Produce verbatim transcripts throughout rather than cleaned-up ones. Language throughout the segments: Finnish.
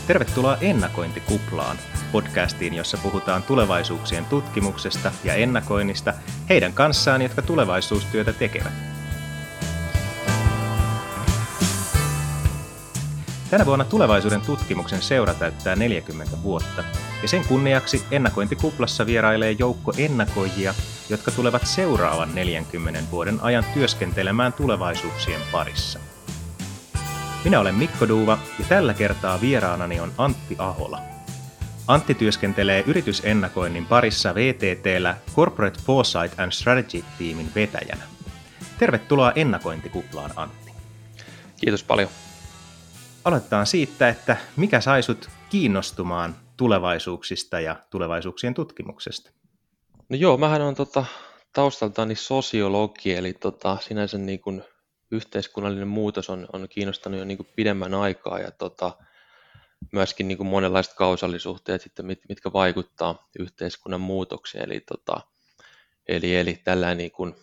Tervetuloa Ennakointikuplaan, podcastiin, jossa puhutaan tulevaisuuksien tutkimuksesta ja ennakoinnista heidän kanssaan, jotka tulevaisuustyötä tekevät. Tänä vuonna tulevaisuuden tutkimuksen seura täyttää neljäkymmentä vuotta, ja sen kunniaksi Ennakointikuplassa vierailee joukko ennakoijia, jotka tulevat seuraavan neljänkymmenen vuoden ajan työskentelemään tulevaisuuksien parissa. Minä olen Mikko Duuva ja tällä kertaa vieraanani on Antti Ahola. Antti työskentelee yritysennakoinnin parissa V T T:llä Corporate Foresight and Strategy-tiimin vetäjänä. Tervetuloa Ennakointikuplaan, Antti. Kiitos paljon. Aloitetaan siitä, että mikä sai sut kiinnostumaan tulevaisuuksista ja tulevaisuuksien tutkimuksesta? No joo, mähän on tota, taustaltani sosiologi, eli tota, sinänsä niin kuin yhteiskunnallinen muutos on, on kiinnostanut jo niin kuin pidemmän aikaa ja tota, myöskin niin kuin monenlaiset kausallisuhteet, sitten, mit, mitkä vaikuttaa yhteiskunnan muutokseen. Eli, tota, eli, eli tällainen niin kuin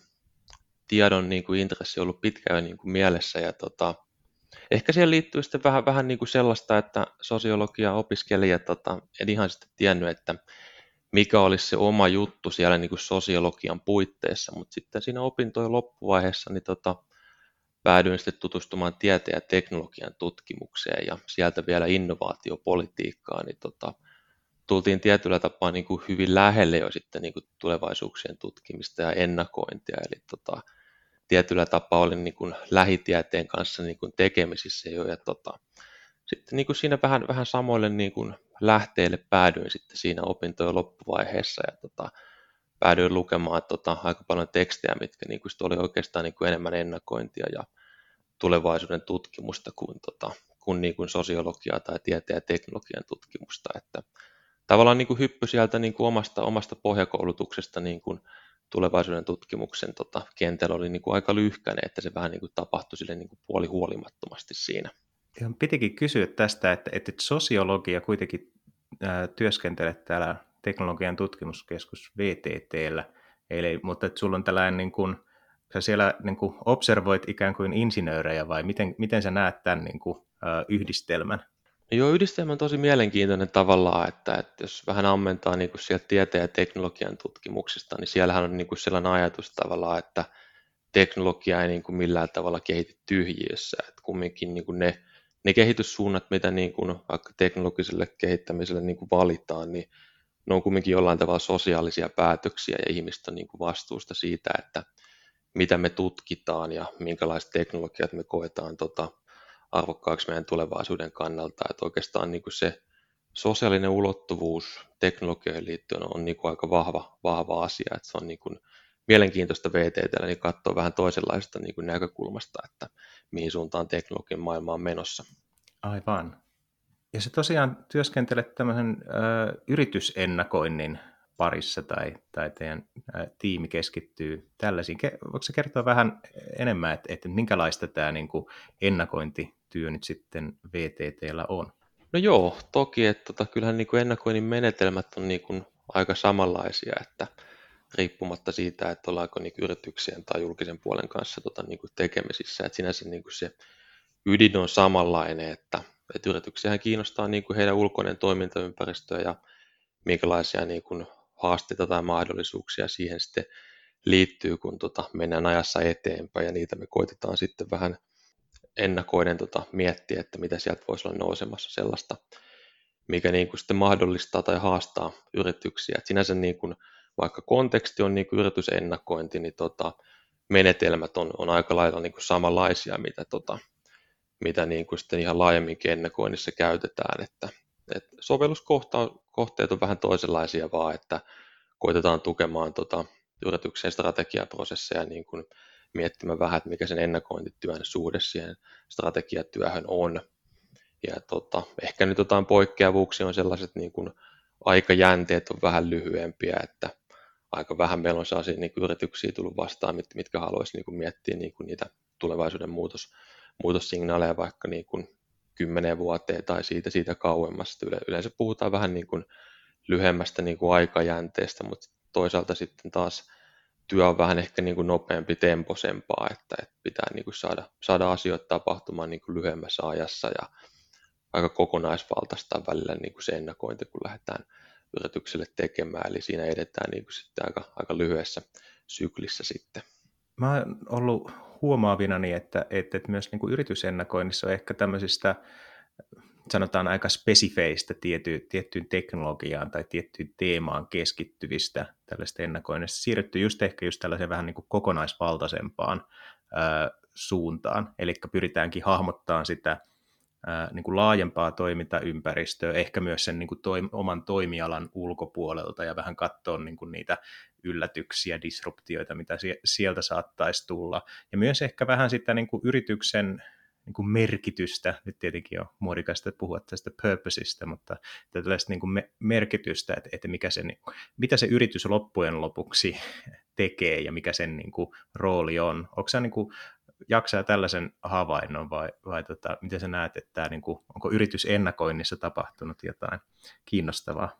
tiedon niin kuin intressi on ollut pitkään niin kuin mielessä ja tota, ehkä siihen liittyy sitten vähän, vähän niin kuin sellaista, että sosiologia opiskelijat tota, en ihan sitten tiennyt, että mikä olisi se oma juttu siellä niin kuin sosiologian puitteissa, mutta sitten siinä opintojen loppuvaiheessa niin tota, päädyin sitten tutustumaan tieteen ja teknologian tutkimukseen ja sieltä vielä innovaatiopolitiikkaan, niin tota, tultiin tietyllä tapaa niin kuin hyvin lähelle jo sitten niin kuin tulevaisuuksien tutkimista ja ennakointia, eli tota, tietyllä tapaa olin niin kuin lähitieteen kanssa niin kuin tekemisissä jo ja tota, sitten niin kuin siinä vähän, vähän samoille niin kuin lähteille päädyin sitten siinä opintojen loppuvaiheessa ja tota, päädyin lukemaan tota, aika paljon tekstejä, mitkä niin kuin oli oikeastaan niin kuin enemmän ennakointia ja tulevaisuuden tutkimusta kuin, tota, kuin, niin kuin sosiologiaa tai tieteen ja teknologian tutkimusta. Että tavallaan niin kuin hyppy sieltä niin kuin omasta, omasta pohjakoulutuksesta niin kuin tulevaisuuden tutkimuksen tota, kentällä oli niin kuin aika lyhkäinen, että se vähän niin kuin tapahtui sille niin kuin puoli huolimattomasti siinä. Ihan pitikin kysyä tästä, että, että sosiologia kuitenkin ää, työskentelet täällä teknologian tutkimuskeskus V T T:llä, eli, mutta että sulla on tällainen, niin kuin, sä siellä niin kuin observoit ikään kuin insinöörejä vai miten, miten sä näet tämän niin kuin, ää, yhdistelmän? Joo, yhdistelmä on tosi mielenkiintoinen tavallaan, että, että jos vähän ammentaa niin kuin sieltä tieteen ja teknologian tutkimuksesta, niin siellähän on niin kuin sellainen ajatus tavallaan, että teknologia ei niin kuin millään tavalla kehity tyhjiössä, että kumminkin niin kuin ne, ne kehityssuunnat, mitä niin kuin vaikka teknologiselle kehittämiselle niin kuin valitaan, niin ne on kumminkin jollain tavalla sosiaalisia päätöksiä ja ihmiset on niin kuin vastuusta siitä, että mitä me tutkitaan ja minkälaiset teknologiat me koetaan tota, arvokkaaksi meidän tulevaisuuden kannalta, että oikeastaan niin kuin se sosiaalinen ulottuvuus teknologioihin liittyen on niin kuin aika vahva, vahva asia, että se on niin kuin mielenkiintoista V T T:llä niin katsoa vähän toisenlaisesta niin kuin näkökulmasta, että mihin suuntaan teknologian maailma on menossa. Aivan. Ja sä tosiaan työskentelet tämmöisen ö, yritysennakoinnin parissa tai, tai teidän ä, tiimi keskittyy tällaisiin. Voitko sä kertoa vähän enemmän, että, että minkälaista tämä niin kuin ennakointityö nyt sitten V T T:llä on? No joo, toki, että tota, kyllähän niin kuin ennakoinnin menetelmät on niin kuin aika samanlaisia, että riippumatta siitä, että ollaanko niin kuin yrityksien tai julkisen puolen kanssa tota, niin kuin tekemisissä, että sinänsä niin kuin se ydin on samanlainen, että, että yrityksiähän kiinnostaa niin kuin heidän ulkoinen toimintaympäristö ja minkälaisia niin kuin haasteita tai mahdollisuuksia siihen sitten liittyy, kun tota, mennään ajassa eteenpäin ja niitä me koitetaan sitten vähän ennakoiden tota, miettiä, että mitä sieltä voisi olla nousemassa sellaista, mikä niin kuin sitten mahdollistaa tai haastaa yrityksiä. Et sinänsä niin kuin, vaikka konteksti on niin kuin yritysennakointi, niin tota, menetelmät on, on aika lailla niin kuin samanlaisia, mitä, tota, mitä niin kuin sitten ihan laajemminkin ennakoinnissa käytetään. Että, et sovelluskohteet on vähän toisenlaisia vaan, että koitetaan tukemaan tota, yrityksen strategiaprosesseja niin kuin miettimään vähän, että mikä sen ennakointityön suhde siihen strategiatyöhön on. Ja tota, ehkä nyt jotain poikkeavuuksia on sellaiset niin kuin aikajänteet on vähän lyhyempiä, että aika vähän meillä on sellaisia niin kuin yrityksiä tullut vastaan, mit, mitkä haluaisi niin kuin miettiä niin kuin niitä tulevaisuuden muutos, muutossignaaleja vaikka niin kuin kymmeneen vuoteen tai siitä, siitä kauemmasta. Yle, yleensä puhutaan vähän niin kuin lyhyemmästä niin kuin aikajänteestä, mutta toisaalta sitten taas työ on vähän ehkä niin kuin nopeampi, temposempaa, että, että pitää niin kuin saada, saada asioita tapahtumaan niin kuin lyhyemmässä ajassa ja aika kokonaisvaltaista välillä niin kuin se ennakointi, kun lähdetään yritykselle tekemään, eli siinä edetään niin kuin sitten aika, aika lyhyessä syklissä sitten. Mä oon ollut huomaavinani, että, että, että myös niin kuin yritysennakoinnissa on ehkä tämmöisistä, sanotaan aika spesifeistä tiety, tiettyyn teknologiaan tai tiettyyn teemaan keskittyvistä tällaista ennakoinnista siirrytty just ehkä just tällaiseen vähän niin kuin kokonaisvaltaisempaan ää, suuntaan, eli pyritäänkin hahmottamaan sitä ää, niin kuin laajempaa toimintaympäristöä, ehkä myös sen niin kuin toim- oman toimialan ulkopuolelta ja vähän katsoa niin kuin niitä yllätyksiä, disruptioita, mitä sieltä saattaisi tulla. Ja myös ehkä vähän sitä niin kuin yrityksen niin kuin merkitystä, nyt tietenkin on muodikasta puhua tästä purposeista, mutta tällaista niin kuin me- merkitystä, että, että mikä se, mitä se yritys loppujen lopuksi tekee ja mikä sen niin kuin rooli on. Onko sä niin kuin jaksaa tällaisen havainnon vai, vai tota, miten sä näet, että tämä, niin kuin, onko yritysennakoinnissa tapahtunut jotain kiinnostavaa?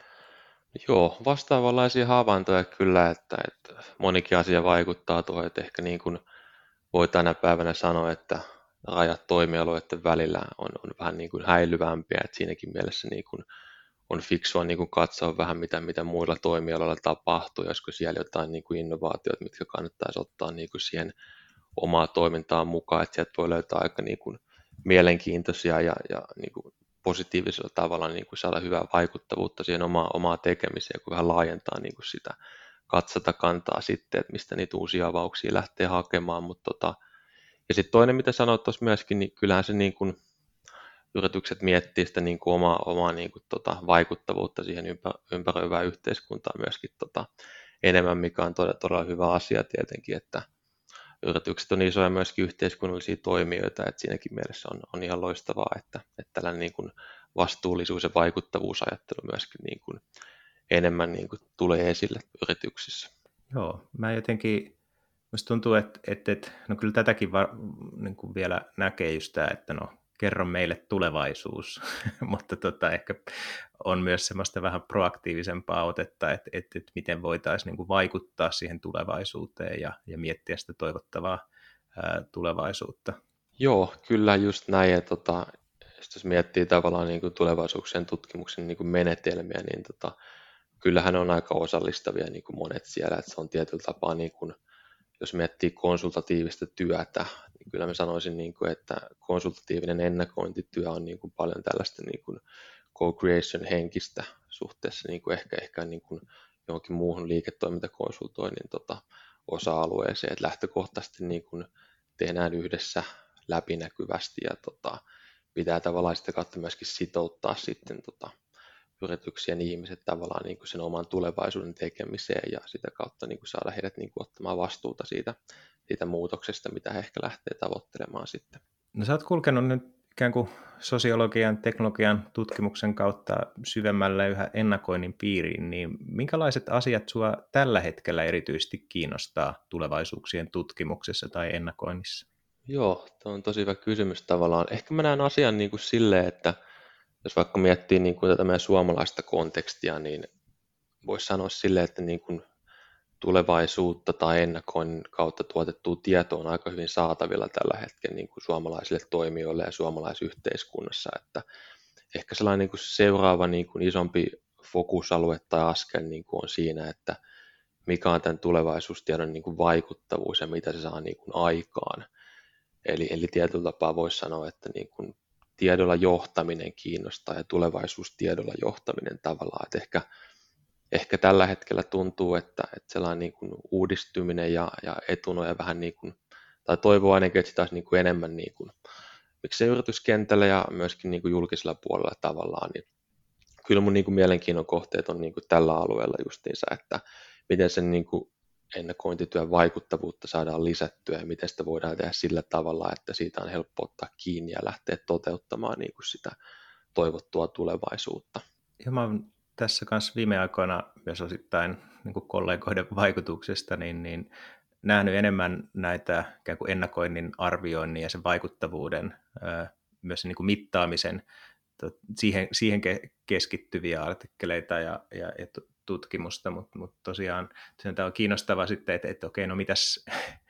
Joo, vastaavanlaisia havaintoja kyllä, että, että monikin asia vaikuttaa tuohon, että ehkä niin kuin voi tänä päivänä sanoa, että rajat toimialueiden välillä on, on vähän niin kuin häilyvämpiä, että siinäkin mielessä niin kuin on fiksua niin kuin katsoa vähän, mitä, mitä muilla toimialoilla tapahtuu, josko siellä jotain niin kuin innovaatioita, mitkä kannattaisi ottaa niin kuin siihen omaa toimintaan mukaan, että sieltä voi löytää aika niin kuin mielenkiintoisia ja, ja niin kuin positiivisella tavalla niin kuin saada hyvää vaikuttavuutta siihen omaa, omaa tekemiseen, kun vähän laajentaa niin kuin sitä katsota kantaa sitten, että mistä niitä uusia avauksia lähtee hakemaan. Mutta tota, ja sitten toinen, mitä sanoit tuossa myöskin, niin kyllähän se niin kuin yritykset miettii sitä niin kuin omaa, omaa niin kuin tota vaikuttavuutta siihen ympä, ympäröivään yhteiskuntaan myöskin tota enemmän, mikä on todella, todella hyvä asia tietenkin, että yritykset on isoja myöskin yhteiskunnallisia toimijoita, että siinäkin mielessä on, on ihan loistavaa, että, että tällainen niin kuin vastuullisuus ja vaikuttavuusajattelu myöskin niin kuin enemmän niin kuin tulee esille yrityksissä. Joo, mä jotenkin, musta tuntuu, että, että, että no kyllä tätäkin va, niin kuin vielä näkee just tämä, että no kerro meille tulevaisuus, mutta tota, ehkä on myös semmoista vähän proaktiivisempaa otetta, että, että, että miten voitaisiin niin kuin vaikuttaa siihen tulevaisuuteen ja, ja miettiä sitä toivottavaa ää, tulevaisuutta. Joo, kyllä just näin. Ja tota, jos miettii tavallaan niin kuin tulevaisuuksien tutkimuksen niin kuin menetelmiä, niin tota, kyllähän on aika osallistavia niin kuin monet siellä, että se on tietyllä tapaa, niin kuin, jos miettii konsultatiivista työtä, niin kyllä mä sanoisin, niin kuin, että konsultatiivinen ennakointityö on niin kuin paljon tällaista niin kuin co-creation henkistä suhteessa niin kuin ehkä, ehkä niin kuin johonkin muuhun liiketoimintakonsultoinnin tota, osa-alueeseen, että lähtökohtaisesti niin kuin tehdään yhdessä läpinäkyvästi ja tota, pitää tavallaan sitä kautta myöskin sitouttaa sitten tota, yrityksien ihmiset tavallaan niin kuin sen oman tulevaisuuden tekemiseen ja sitä kautta niin kuin saada heidät niin kuin ottamaan vastuuta siitä, siitä muutoksesta, mitä he ehkä lähtee tavoittelemaan sitten. No sä oot kulkenut nyt ikään kuin sosiologian, teknologian tutkimuksen kautta syvemmälle yhä ennakoinnin piiriin, niin minkälaiset asiat sua tällä hetkellä erityisesti kiinnostaa tulevaisuuksien tutkimuksessa tai ennakoinnissa? Joo, tuo on tosi hyvä kysymys tavallaan. Ehkä mä näen asian niin kuin silleen, että jos vaikka miettii niin kuin tätä meidän suomalaista kontekstia, niin voisi sanoa silleen, että niin kuin tulevaisuutta tai ennakoinnin kautta tuotettua tietoa on aika hyvin saatavilla tällä hetkellä niin kuin suomalaisille toimijoille ja suomalaisyhteiskunnassa, että ehkä sellainen niin kuin seuraava niin kuin isompi fokusalue tai askel niin kuin on siinä, että mikä on tämän tulevaisuustiedon niin kuin vaikuttavuus ja mitä se saa niin kuin aikaan. Eli, eli tietyllä tapaa voisi sanoa, että niin kuin tiedolla johtaminen kiinnostaa ja tulevaisuustiedolla johtaminen tavallaan, että ehkä, ehkä tällä hetkellä tuntuu, että, että sellainen niin kuin uudistuminen ja, ja etunoja vähän niin kuin, tai toivoo ainakin, että sitä olisi niin kuin enemmän niin kuin, miksei yrityskentällä ja myöskin niin kuin julkisella puolella tavallaan, niin kyllä mun niin kuin mielenkiinnon kohteet on niin kuin tällä alueella justiinsa, että miten sen niin kuin ennakointityön vaikuttavuutta saadaan lisättyä ja miten sitä voidaan tehdä sillä tavalla, että siitä on helppo ottaa kiinni ja lähteä toteuttamaan niin kuin sitä toivottua tulevaisuutta. Ja mä oon tässä kanssa viime aikoina myös osittain niin kuin kollegoiden vaikutuksesta niin, niin nähnyt enemmän näitä ikään kuin ennakoinnin arvioinnin ja sen vaikuttavuuden, myös sen niin kuin mittaamisen, siihen, siihen keskittyviä artikkeleita ja, ja, ja tutkimusta, mutta mut tosiaan tämä on kiinnostavaa sitten, että, että okei, no mitäs,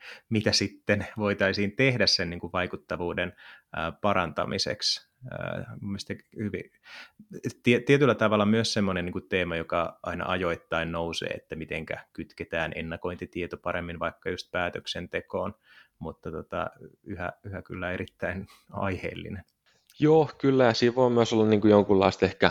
mitä sitten voitaisiin tehdä sen niin kuin vaikuttavuuden ää, parantamiseksi. Ää, mielestäni hyvin, tietyllä tavalla myös semmoinen niin kuin teema, joka aina ajoittain nousee, että mitenkä kytketään ennakointitieto paremmin vaikka just päätöksentekoon, mutta tota, yhä, yhä kyllä erittäin aiheellinen. Joo, kyllä, ja siinä voi myös olla niin kuin jonkunlaista ehkä,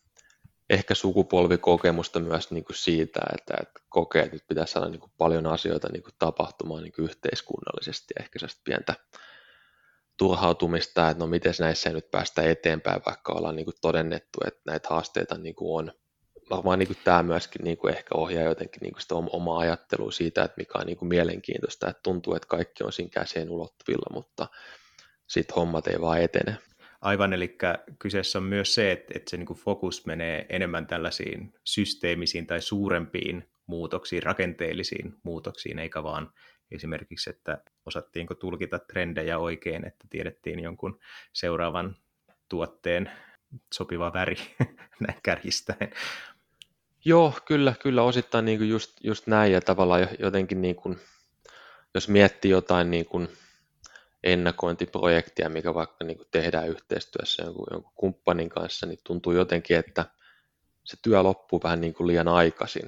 ehkä sukupolvikokemusta myös niin kuin siitä, että, että kokee, että nyt pitäisi saada niin kuin paljon asioita niin kuin tapahtumaan niin kuin yhteiskunnallisesti, ja ehkä sellaista pientä turhautumista, että no miten näissä ei nyt päästä eteenpäin, vaikka ollaan niin kuin todennettu, että näitä haasteita niin kuin on. Varmaan niin kuin tämä myöskin niin kuin ehkä ohjaa jotenkin niin kuin sitä omaa ajattelua siitä, että mikä on niin kuin mielenkiintoista, että tuntuu, että kaikki on siinä käsien ulottuvilla, mutta sitten hommat ei vaan etene. Aivan, eli kyseessä on myös se, että, että se niin kuin fokus menee enemmän tällaisiin systeemisiin tai suurempiin muutoksiin, rakenteellisiin muutoksiin, eikä vaan esimerkiksi, että osattiinko tulkita trendejä oikein, että tiedettiin jonkun seuraavan tuotteen sopiva väri näin kärjistäen. Joo, kyllä, kyllä osittain niin kuin just, just näin, ja tavallaan jotenkin, niin kuin, jos miettii jotain niin kuin ennakointiprojektia, mikä vaikka niin kuin tehdään yhteistyössä jonkun, jonkun kumppanin kanssa, niin tuntuu jotenkin, että se työ loppuu vähän niin kuin liian aikaisin.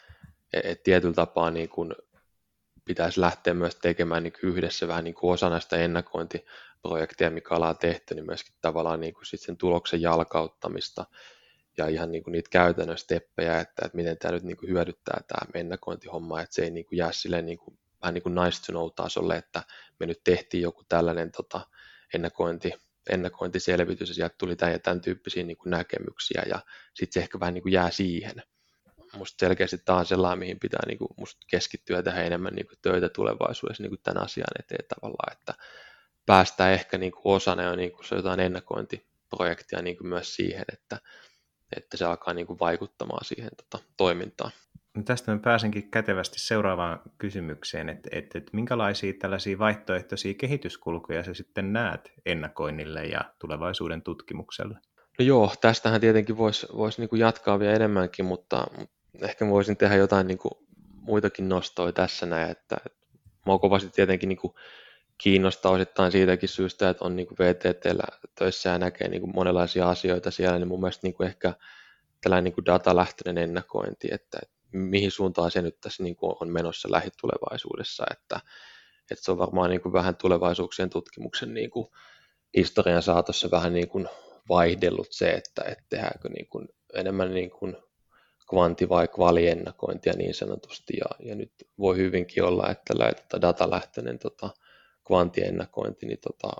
Et tietyllä tapaa niin kuin pitäisi lähteä myös tekemään niin kuin yhdessä vähän niin kuin osa näistä ennakointiprojekteja, mikä ollaan tehty, niin myöskin tavallaan niin kuin sit sen tuloksen jalkauttamista ja ihan niin kuin niitä käytännön steppejä, että, että miten tämä nyt niin kuin hyödyttää tämä ennakointihomma, että se ei niin kuin jää silleen niin kuin, vähän niin kuin nice to know tasolle, että me nyt tehtiin joku tällainen tota, ennakointi, ennakointiselvitys ja sieltä tuli tämän ja tämän tyyppisiä niin kuin näkemyksiä ja sitten se ehkä vähän niin kuin jää siihen. Musta selkeästi tämä on sellainen, mihin pitää niin kuin, musta keskittyä ja tehdä enemmän niin kuin töitä tulevaisuudessa niin kuin tämän asian eteen tavallaan, että päästään ehkä niin kuin osana jo niin kuin se jotain ennakointiprojektia niin kuin myös siihen, että, että se alkaa niin kuin vaikuttamaan siihen tota, toimintaan. No tästä mä pääsenkin kätevästi seuraavaan kysymykseen, että, että, että minkälaisia tällaisia vaihtoehtoisia kehityskulkuja sä sitten näet ennakoinnille ja tulevaisuuden tutkimukselle? No joo, tästähän tietenkin voisi vois niinku jatkaa vielä enemmänkin, mutta ehkä mä voisin tehdä jotain niinku muitakin nostoja tässä näin, että mua kovasti tietenkin niinku kiinnostaa osittain siitäkin syystä, että on niinku V T T:llä töissä ja näkee niinku monenlaisia asioita siellä, niin mun mielestä niinku ehkä tällainen niinku datalähtöinen ennakointi, että, että mihin suuntaan se nyt tässä niinku on menossa lähitulevaisuudessa, että, että se on varmaan niinku vähän tulevaisuuksien tutkimuksen niinku historian saatossa vähän niin kuin vaihdellut se, että, että tehdäänkö niin kuin enemmän niin kuin kvantti- vai kvaliennakointia niin sanotusti, ja, ja nyt voi hyvinkin olla, että tällainen datalähtöinen tota, kvantiennakointi, niin tota,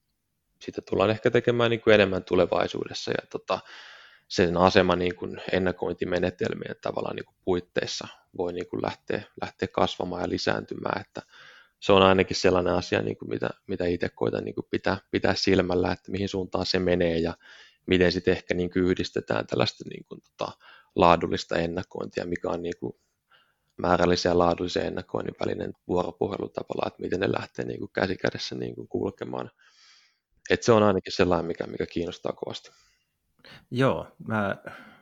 sitä tullaan ehkä tekemään niin kuin enemmän tulevaisuudessa, ja tota, sen asema niin kuin ennakointimenetelmien tavallaan niin kuin puitteissa voi niin kuin lähteä, lähteä kasvamaan ja lisääntymään, että se on ainakin sellainen asia, niin kuin mitä, mitä itse koitan niin kuin pitää, pitää silmällä, että mihin suuntaan se menee ja miten sitten ehkä niin kuin yhdistetään tällaista niin kuin, tota, laadullista ennakointia, mikä on niin kuin määrällisen ja laadullisen ennakoinnin välinen vuoropuhelu tavallaan, että miten ne lähtee niin kuin käsi kädessä niin kuin kulkemaan. Et se on ainakin sellainen, mikä, mikä kiinnostaa kovasti. Joo, mä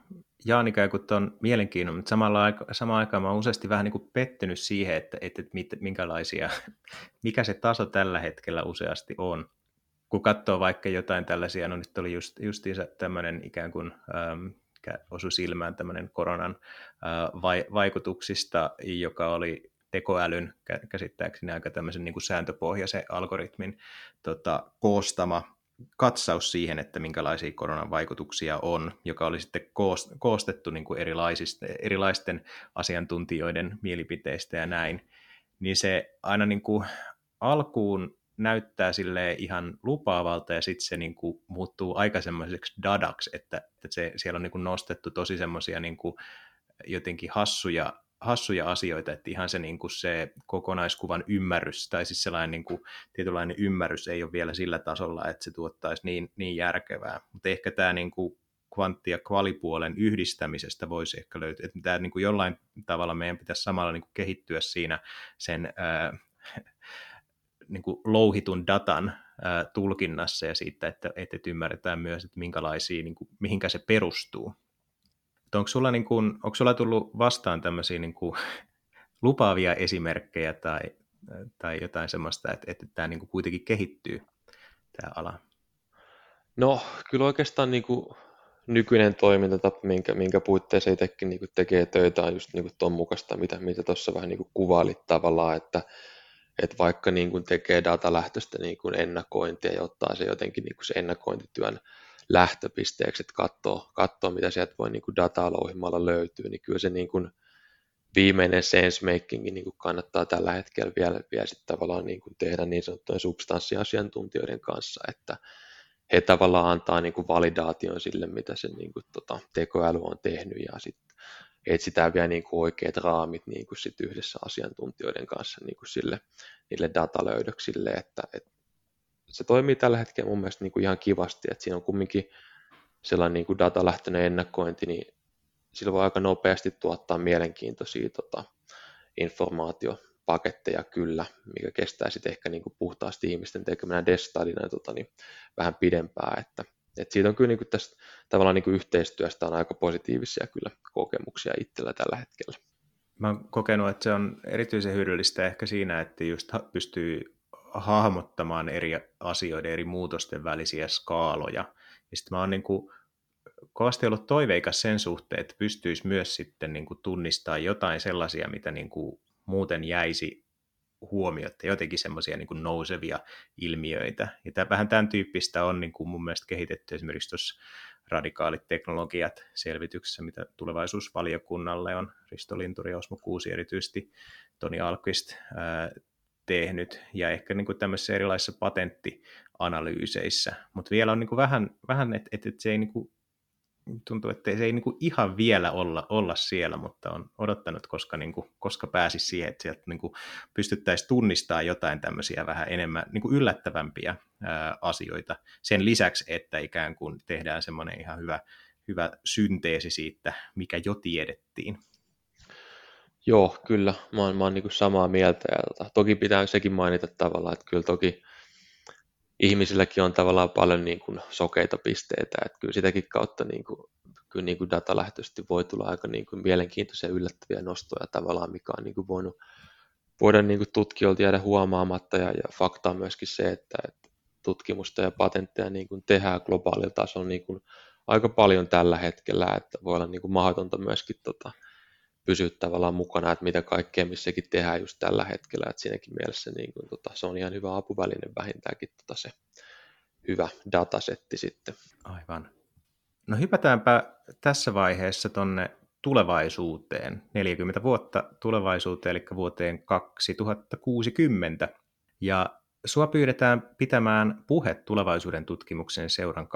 jaan ikään kuin tuon mielenkiinnon, mutta samalla aika, samaan aikaan mä oon useasti vähän niin kuin pettynyt siihen, että, että, että minkälaisia, mikä se taso tällä hetkellä useasti on. Kun katsoo vaikka jotain tällaisia, no nyt oli just, justiinsa tämmöinen ikään kuin ähm, osui silmään tämmöinen koronan äh, vai, vaikutuksista, joka oli tekoälyn käsittääkseni aika tämmöisen niin kuin sääntöpohjaisen algoritmin tota, koostama katsaus siihen, että minkälaisia koronan vaikutuksia on, joka oli sitten koostettu niin kuin erilaisten asiantuntijoiden mielipiteistä ja näin, niin se aina niin kuin alkuun näyttää sille ihan lupaavalta ja sitten se niin kuin muuttuu aika semmoiseksi dadaksi, että, että se, siellä on niin kuin nostettu tosi semmoisia niin kuin jotenkin hassuja hassuja asioita, että ihan se, niin kuin se kokonaiskuvan ymmärrys, tai siis sellainen niin kuin, tietynlainen ymmärrys ei ole vielä sillä tasolla, että se tuottaisi niin, niin järkevää. Mutta ehkä tämä niin kuin kvantti- ja kvalipuolen yhdistämisestä voisi ehkä löytyä, että tämä niin kuin jollain tavalla meidän pitäisi samalla niin kuin kehittyä siinä sen ää, niin kuin louhitun datan ää, tulkinnassa ja siitä, että, että ymmärretään myös, että minkälaisia, niin kuin, mihinkä se perustuu. Onko sulla, niin kuin, onko sulla tullut vastaan tämmöisiä niin kuin lupaavia esimerkkejä tai tai jotain semmoista, että, että tämä niin kuin kuitenkin kehittyy, tämä ala? No kyllä oikeastaan niin kuin nykyinen toimintatapa, minkä, minkä puitteissa itsekin niin kuin tekee töitä, on just niin kuin ton mukaista, mitä, mitä tuossa vähän niin kuin kuvailit tavallaan, että, että vaikka niin kuin tekee datalähtöistä niin kuin ennakointia ja ottaa se jotenkin niin kuin se ennakointityön lähtöpisteeksi, että katsoo, katsoo mitä sieltä voi niin kuin dataa louhimalla löytyy, niin kyllä se niin kuin viimeinen sense-making niin kuin kannattaa tällä hetkellä vielä, vielä sitten tavallaan niin kuin tehdä niin sanottujen substanssiasiantuntijoiden kanssa, että he tavallaan antaa niin kuin validaation sille, mitä se niin kuin, tota, tekoäly on tehnyt, ja sitten etsitään vielä niin kuin oikeat raamit niin kuin sit yhdessä asiantuntijoiden kanssa niin kuin sille, niille datalöydöksille, että, että se toimii tällä hetkellä mun mielestä niin kuin ihan kivasti, että siinä on kumminkin sellainen niin kuin datalähtöinen ennakointi, niin sillä voi aika nopeasti tuottaa mielenkiintoisia tota, informaatiopaketteja kyllä, mikä kestää sitten ehkä niin kuin puhtaasti ihmisten tekemänä deskstadina tota, niin vähän pidempään, että, että siitä on kyllä niin kuin tästä tavallaan niin kuin yhteistyöstä on aika positiivisia kyllä kokemuksia itsellä tällä hetkellä. Mä oon kokenut, että se on erityisen hyödyllistä ehkä siinä, että just pystyy hahmottamaan eri asioiden, eri muutosten välisiä skaaloja. Ja sitten mä oon niin kuin kovasti ollut toiveikas sen suhteen, että pystyisi myös sitten niin kuin tunnistamaan jotain sellaisia, mitä niin kuin muuten jäisi huomiota, jotenkin semmoisia niin kuin nousevia ilmiöitä. Ja tämän, vähän tämän tyyppistä on niin kuin mun mielestä kehitetty esimerkiksi tuossa radikaalit teknologiat selvityksessä, mitä tulevaisuusvaliokunnalle on Risto Linturi ja Osmo Kuusi erityisesti Toni Alkvist ää, tehnyt, ja ehkä niin kuin tämmöisissä erilaisissa patenttianalyyseissä. Mutta vielä on niin kuin vähän, vähän että et, et se ei niin kuin tuntuu, että se ei niin kuin ihan vielä olla, olla siellä, mutta on odottanut, koska, niin kuin, koska pääsisi siihen, että sieltä niin kuin pystyttäisiin tunnistamaan jotain tämmöisiä vähän enemmän niin kuin yllättävämpiä ää, asioita. Sen lisäksi, että ikään kuin tehdään semmoinen ihan hyvä, hyvä synteesi siitä, mikä jo tiedettiin. Joo, kyllä. Mä oon, mä oon niin kuin samaa mieltä. Ja tota, toki pitää sekin mainita tavallaan, että kyllä toki ihmisilläkin on tavallaan paljon niin kuin sokeita pisteitä, että kyllä sitäkin kautta niin kuin, kyllä niin kuin datalähtöisesti voi tulla aika niin kuin mielenkiintoisia yllättäviä nostoja tavallaan, mikä on niin kuin voinut, voidaan niin kuin tutkijoilta jäädä huomaamatta, ja, ja fakta on myöskin se, että, että tutkimusta ja patentteja niin kuin tehdään globaalilla tasolla niin kuin aika paljon tällä hetkellä, että voi olla niin kuin mahdotonta myöskin tota, pysyä tavallaan mukana, että mitä kaikkea missäkin tehdään just tällä hetkellä, että siinäkin mielessä niin kuin, tota, se on ihan hyvä apuväline vähintäänkin tota, se hyvä datasetti sitten. Aivan. No hypätäänpä tässä vaiheessa tonne tulevaisuuteen, neljäkymmentä vuotta tulevaisuuteen, eli vuoteen kaksituhattakuusikymmentä, ja sua pyydetään pitämään puhe tulevaisuuden tutkimuksen seuran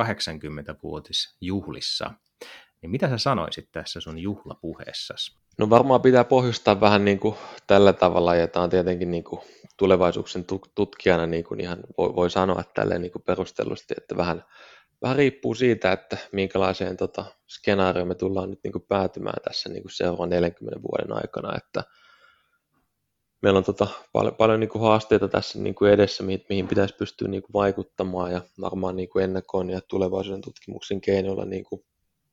kahdeksankymmentävuotisjuhlissa. Niin mitä sä sanoisit tässä sun juhlapuheessasi? No varmaan pitää pohjustaa vähän niin kuin tällä tavalla, ja tämä on tietenkin niin kuin tulevaisuuden tutkijana niin kuin ihan voi, voi sanoa tälleen niin kuin perustellusti, että vähän, vähän riippuu siitä, että minkälaiseen tota, skenaarioon me tullaan nyt niin kuin päätymään tässä niin kuin seuraavan neljänkymmenen vuoden aikana, että meillä on tota, paljon, paljon niin kuin haasteita tässä niin kuin edessä, mihin, mihin pitäisi pystyä niin kuin vaikuttamaan, ja varmaan niin kuin ennakoinnin ja tulevaisuuden tutkimuksen keinoilla niin kuin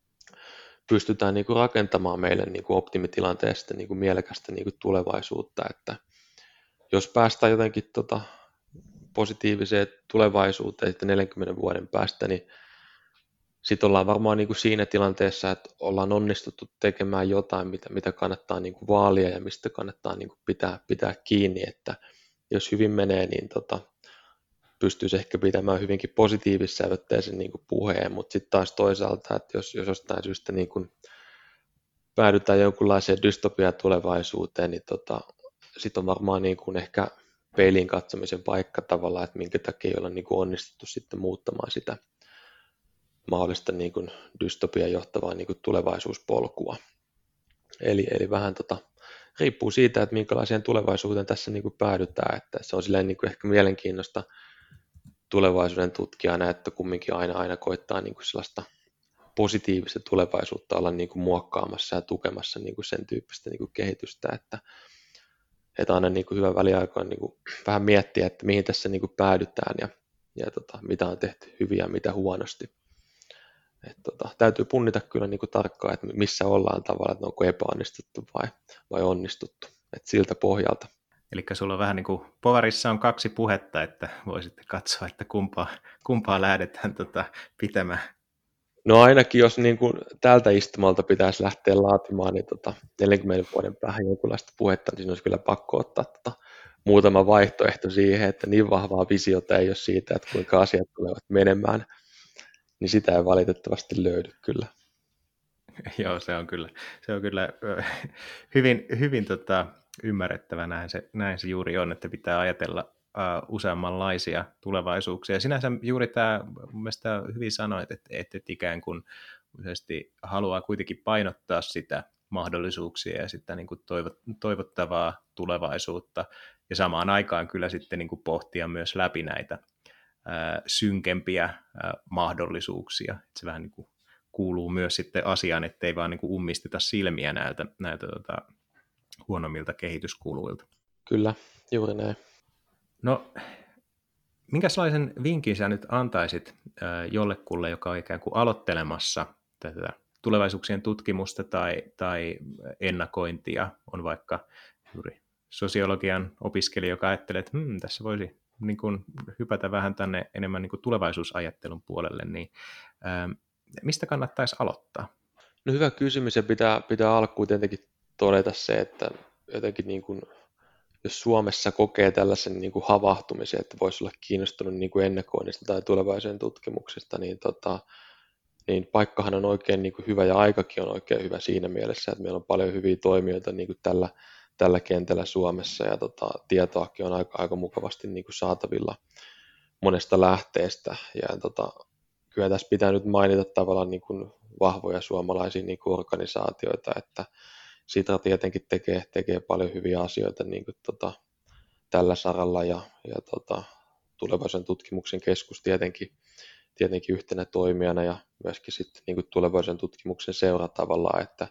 pystytään niin kuin rakentamaan meille niin kuin optimitilanteesta niin kuin mielekästä niin kuin tulevaisuutta, että jos päästään jotenkin tota positiiviseen tulevaisuuteen sitten neljänkymmenen vuoden päästä, niin sitten ollaan varmaan niin kuin siinä tilanteessa, että ollaan onnistuttu tekemään jotain, mitä, mitä kannattaa niin kuin vaalia ja mistä kannattaa niin kuin pitää, pitää kiinni, että jos hyvin menee, niin tota, pystyisi ehkä pitämään hyvinkin positiivissävytteisen niin kuin puheen, mutta sitten taas toisaalta, että jos, jos jostain syystä niin kuin päädytään jonkunlaiseen dystopiaan tulevaisuuteen, niin tota, sitten on varmaan niin kuin ehkä peiliin katsomisen paikka tavallaan, että minkä takia ei olla niin kuin onnistuttu sitten muuttamaan sitä mahdollista niin kuin dystopiaan johtavaa niin kuin tulevaisuuspolkua. Eli, eli vähän tota, riippuu siitä, että minkälaiseen tulevaisuuteen tässä niin kuin päädytään, että se on silleen niin kuin ehkä mielenkiintoista tulevaisuuden tutkijana, että kumminkin aina, aina koittaa niin kuin sellaista positiivista tulevaisuutta olla niin kuin muokkaamassa ja tukemassa niin kuin sen tyyppistä niin kuin kehitystä, että, että aina niin kuin hyvä väliaika on niin kuin vähän miettiä, että mihin tässä niin kuin päädytään ja, ja tota, mitä on tehty hyvin ja mitä huonosti. Että tota, täytyy punnita kyllä niin kuin tarkkaan, että missä ollaan tavallaan, että onko epäonnistuttu vai, vai onnistuttu, että siltä pohjalta. Eli sulla on vähän niin kuin povarissa on kaksi puhetta, että voisitte katsoa, että kumpaa, kumpaa lähdetään tota, pitämään. No ainakin jos niin kuin tältä istumalta pitäisi lähteä laatimaan niin tota neljänkymmenen vuoden päähän jonkunlaista puhetta, niin siinä olisi kyllä pakko ottaa tota muutama vaihtoehto siihen, että niin vahvaa visiota ei ole siitä, että kuinka asiat tulevat menemään, niin sitä ei valitettavasti löydy kyllä. Joo, se on kyllä, se on kyllä hyvin, hyvin tota, ymmärrettävä, näin se, näin se juuri on, että pitää ajatella uh, useammanlaisia tulevaisuuksia. Sinänsä juuri tämä, mun mielestä hyvin sanoit, että, että, että ikään kuin haluaa kuitenkin painottaa sitä mahdollisuuksia ja sitä niin kuin toivottavaa tulevaisuutta, ja samaan aikaan kyllä sitten niin kuin pohtia myös läpi näitä uh, synkempiä uh, mahdollisuuksia. Että se vähän niin kuin kuuluu myös sitten asiaan, ettei vaan niin kuin ummisteta silmiä näiltä, näiltä tota, huonommilta kehityskuluilta. Kyllä, juuri näin. No, minkälaisen vinkin sä nyt antaisit äh, jollekulle, joka on ikään kuin aloittelemassa tätä tulevaisuuksien tutkimusta tai, tai ennakointia, on vaikka juuri sosiologian opiskelija, joka ajattelee, että hmm, tässä voisi niin kuin hypätä vähän tänne enemmän niin kuin tulevaisuusajattelun puolelle, niin äh, mistä kannattaisi aloittaa? No hyvä kysymys, ja pitää, pitää alkuun tietenkin todeta se, että jotenkin niin kuin, jos Suomessa kokee tällaisen niin kuin havahtumisen, että voisi olla kiinnostunut niin kuin ennakoinnista tai tulevaisuuden tutkimuksesta, niin, tota, niin paikkahan on oikein niin kuin hyvä ja aikakin on oikein hyvä siinä mielessä, että meillä on paljon hyviä toimijoita niin kuin tällä, tällä kentällä Suomessa, ja tota, tietoakin on aika, aika mukavasti niin kuin saatavilla monesta lähteestä, ja tota, kyllä tässä pitää nyt mainita tavallaan niin kuin vahvoja suomalaisia niin kuin organisaatioita, että Sitra tietenkin tekee, tekee paljon hyviä asioita niin kuin tota, tällä saralla, ja, ja tota, tulevaisuuden tutkimuksen keskus tietenkin, tietenkin yhtenä toimijana, ja myöskin sitten niin kuin tulevaisuuden tutkimuksen seura tavallaan, että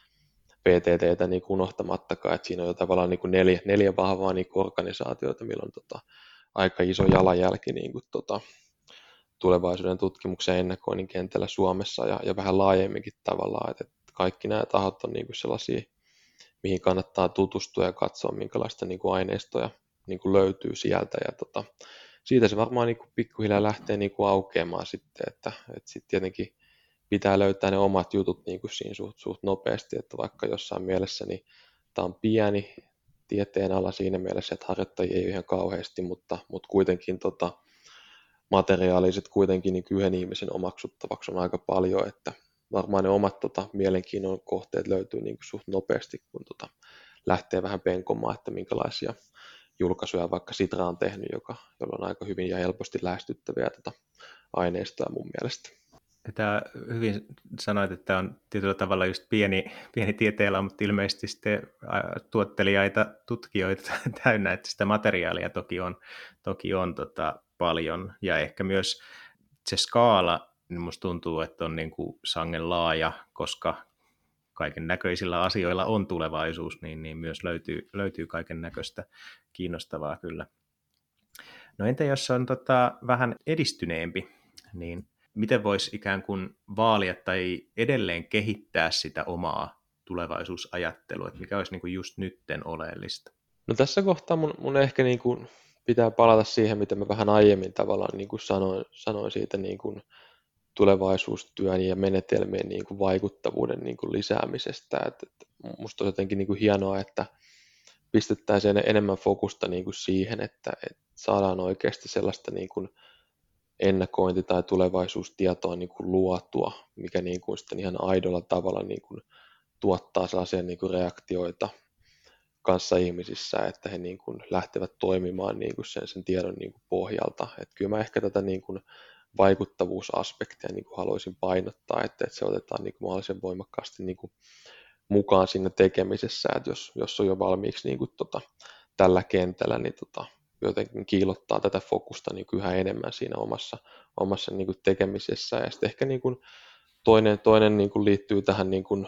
P T T:tä niin kuin unohtamattakaan, että siinä on jo tavallaan niin kuin neljä, neljä vahvaa niin kuin organisaatioita, millä on tota, aika iso jalanjälki niin kuin, tota, tulevaisuuden tutkimuksen ennakoinnin kentällä Suomessa, ja, ja vähän laajemminkin tavallaan, että kaikki nämä tahot on niin kuin sellaisia, mihin kannattaa tutustua ja katsoa, minkälaista niin kuin aineistoja niin kuin löytyy sieltä, ja tota, siitä se varmaan niin kuin pikkuhiljaa lähtee niin kuin aukeamaan sitten, että, että sitten tietenkin pitää löytää ne omat jutut niin kuin siinä suht, suht nopeasti, että vaikka jossain mielessä niin tämä on pieni tieteen ala siinä mielessä, että harjoittajia ei ole ihan kauheasti, mutta, mutta kuitenkin tota, materiaaliset kuitenkin niin yhden ihmisen omaksuttavaksi on aika paljon, että varmaan ne omat tota, mielenkiinnon kohteet löytyy niin kuin suht nopeasti, kun tota, lähtee vähän penkomaan, että minkälaisia julkaisuja vaikka Sitra on tehnyt, joka, jolla on aika hyvin ja helposti lähestyttäviä tota, aineistoja mun mielestä. Tämä hyvin sanoit, että on tietyllä tavalla just pieni, pieni tieteellä, mutta ilmeisesti sitten tuottelijaita tutkijoita täynnä, että sitä materiaalia toki on, toki on tota paljon, ja ehkä myös se skaala, niin musta tuntuu, että on niin kuin sangen laaja, koska kaiken näköisillä asioilla on tulevaisuus, niin, niin myös löytyy, löytyy kaiken näköistä kiinnostavaa kyllä. No entä jos on tota vähän edistyneempi, niin miten voisi ikään kuin vaalia tai edelleen kehittää sitä omaa tulevaisuusajattelua, että mikä olisi niin kuin just nytten oleellista? No tässä kohtaa mun, mun ehkä niin kuin pitää palata siihen, mitä mä vähän aiemmin tavallaan niin kuin sanoin, sanoin siitä niin kuin tulevaisuustyön ja menetelmien niin kuin vaikuttavuuden niin kuin lisäämisestä. Et, et musta on jotenkin niin kuin hienoa, että pistettäisiin enemmän fokusta niin kuin siihen, että, että saadaan oikeasti sellaista niin kuin ennakointi- tai tulevaisuustietoa niin kuin luotua, mikä niin kuin sitten ihan aidolla tavalla niin kuin tuottaa sellaisia niin kuin reaktioita kanssa ihmisissä, että he niin kuin lähtevät toimimaan niin kuin sen, sen tiedon niin kuin pohjalta. Että kyllä mä ehkä tätä niin kuin vaikuttavuusaspektia niin kuin haluaisin painottaa, että, että se otetaan niin kuin mahdollisen voimakkaasti niin kuin mukaan siinä tekemisessä, että jos, jos on jo valmiiksi niin kuin tota, tällä kentällä, niin tota, jotenkin kiillottaa tätä fokusta niin kuin yhä enemmän siinä omassa, omassa niin kuin tekemisessä. Ja sitten ehkä niin kuin toinen, toinen niin kuin liittyy tähän niin kuin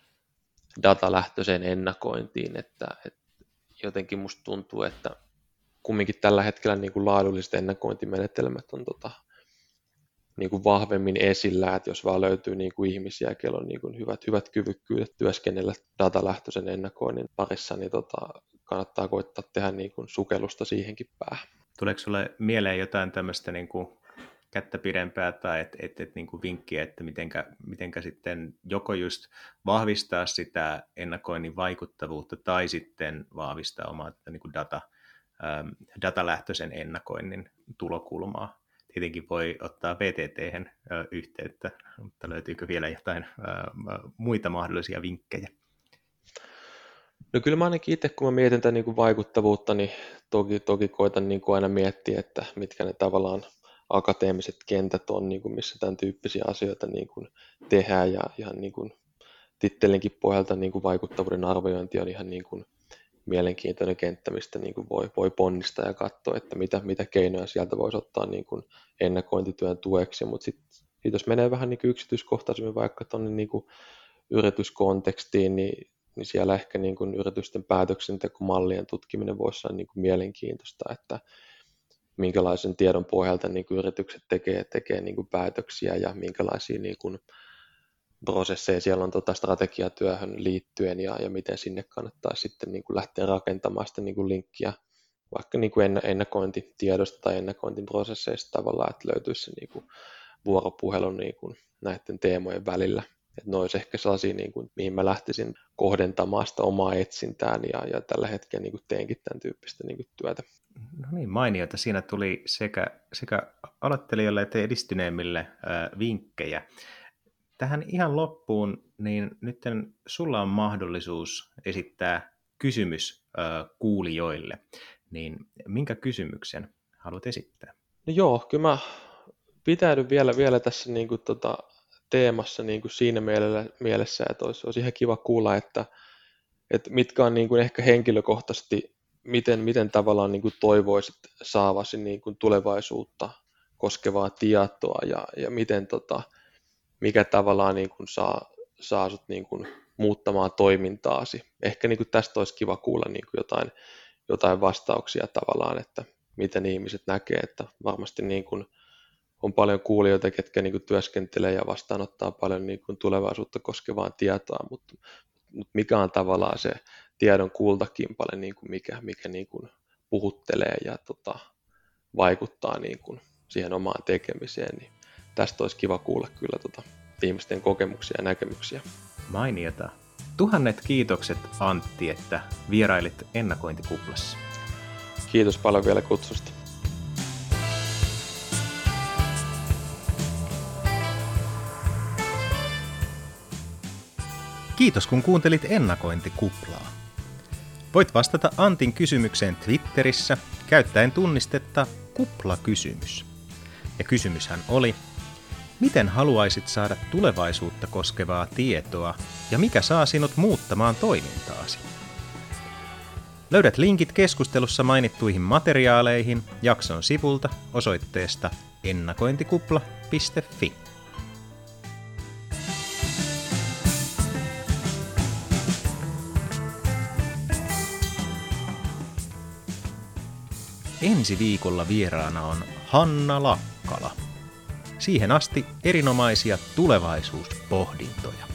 datalähtöiseen ennakointiin, että, että jotenkin musta tuntuu, että kumminkin tällä hetkellä niin kuin laadulliset ennakointimenetelmät on tota, niin kuin vahvemmin esillä, että jos vaan löytyy niin kuin ihmisiä, joilla on niin kuin hyvät, hyvät kyvykkyydet työskennellä datalähtöisen ennakoinnin parissa, niin tota, kannattaa koittaa tehdä niin kuin sukellusta siihenkin päähän. Tuleeko sulle mieleen jotain tämmöistä niin kuin kättä pidempää tai et, et, et, niin kuin vinkkiä, että mitenkä, mitenkä sitten joko just vahvistaa sitä ennakoinnin vaikuttavuutta tai sitten vahvistaa omaa niin kuin data, ähm, datalähtöisen ennakoinnin tulokulmaa? Tietenkin voi ottaa V T T:hen äh, yhteyttä, mutta löytyykö vielä jotain äh, muita mahdollisia vinkkejä? No kyllä mä ainakin itse, kun mä mietin tätä niin kuin vaikuttavuutta, niin toki, toki koitan niin kuin aina miettiä, että mitkä ne tavallaan akateemiset kentät on, niin kuin missä tämän tyyppisiä asioita niin kuin tehdään, ja ihan niin kuin tittelinkin pohjalta niin kuin vaikuttavuuden arviointi on ihan niin kuin mielenkiintoinen kenttä, mistä niin kuin voi, voi ponnistaa ja katsoa, että mitä, mitä keinoja sieltä voisi ottaa niin kuin ennakointityön tueksi, mutta sitten jos menee vähän niin kuin yksityiskohtaisemmin vaikka tuonne niin kuin yrityskontekstiin, niin, niin siellä ehkä niin kuin yritysten päätöksentekomallien tutkiminen voisi olla niin kuin mielenkiintoista, että minkälaisen tiedon pohjalta niin kuin yritykset tekee, tekee niin kuin päätöksiä ja minkälaisia niin kuin prosesseja siellä on tota strategiatyöhön liittyen ja, ja miten sinne kannattaa sitten niin kuin lähteä rakentamaan sitä niin kuin linkkiä vaikka niin kuin ennakointitiedosta tai ennakointiprosesseista tavallaan, että löytyisi se niin kuin vuoropuhelu niin kuin näiden teemojen välillä. Että ne olisi ehkä sellaisia, niin kuin, mihin mä lähtisin kohdentamaan sitä omaa etsintään ja, ja tällä hetkellä niin kuin teenkin tämän tyyppistä niin kuin työtä. No niin, mainiota. Siinä tuli sekä, sekä aloittelijoille että edistyneemmille äh, vinkkejä. Tähän ihan loppuun, niin nyt sulla on mahdollisuus esittää kysymys äh, kuulijoille. Niin minkä kysymyksen haluat esittää? No joo, kyllä mä pitäydyn vielä, vielä tässä niin kuin tota teemassa niin kuin siinä mielessä, että olisi, olisi ihan kiva kuulla, että, että mitkä on niin kuin ehkä henkilökohtaisesti, miten, miten tavallaan niin kuin toivoisit saavasi niin kuin tulevaisuutta koskevaa tietoa ja, ja miten, tota, mikä tavallaan niin kuin saa, saa sut niin kuin muuttamaan toimintaasi. Ehkä niin kuin tästä olisi kiva kuulla niin kuin jotain, jotain vastauksia tavallaan, että miten ihmiset näkee, että varmasti niin kuin on paljon kuulijoita, ketkä niin kuin työskentelee ja vastaanottaa paljon niin kuin tulevaisuutta koskevaa tietoa, mutta, mutta mikä on tavallaan se tiedon kultakimpale, niin kuin mikä, mikä niin kuin puhuttelee ja tota, vaikuttaa niin kuin siihen omaan tekemiseen, niin tästä olisi kiva kuulla kyllä tota, ihmisten kokemuksia ja näkemyksiä. Mainiota. Tuhannet kiitokset, Antti, että vierailit Ennakointikuplassa. Kiitos paljon vielä kutsusta. Kiitos kun kuuntelit Ennakointikuplaa. Voit vastata Antin kysymykseen Twitterissä käyttäen tunnistetta kuplakysymys. Ja kysymyshän oli, miten haluaisit saada tulevaisuutta koskevaa tietoa ja mikä saa sinut muuttamaan toimintaasi? Löydät linkit keskustelussa mainittuihin materiaaleihin jakson sivulta osoitteesta ennakointikupla piste fi. Ensi viikolla vieraana on Hanna Lakkala. Siihen asti erinomaisia tulevaisuuspohdintoja.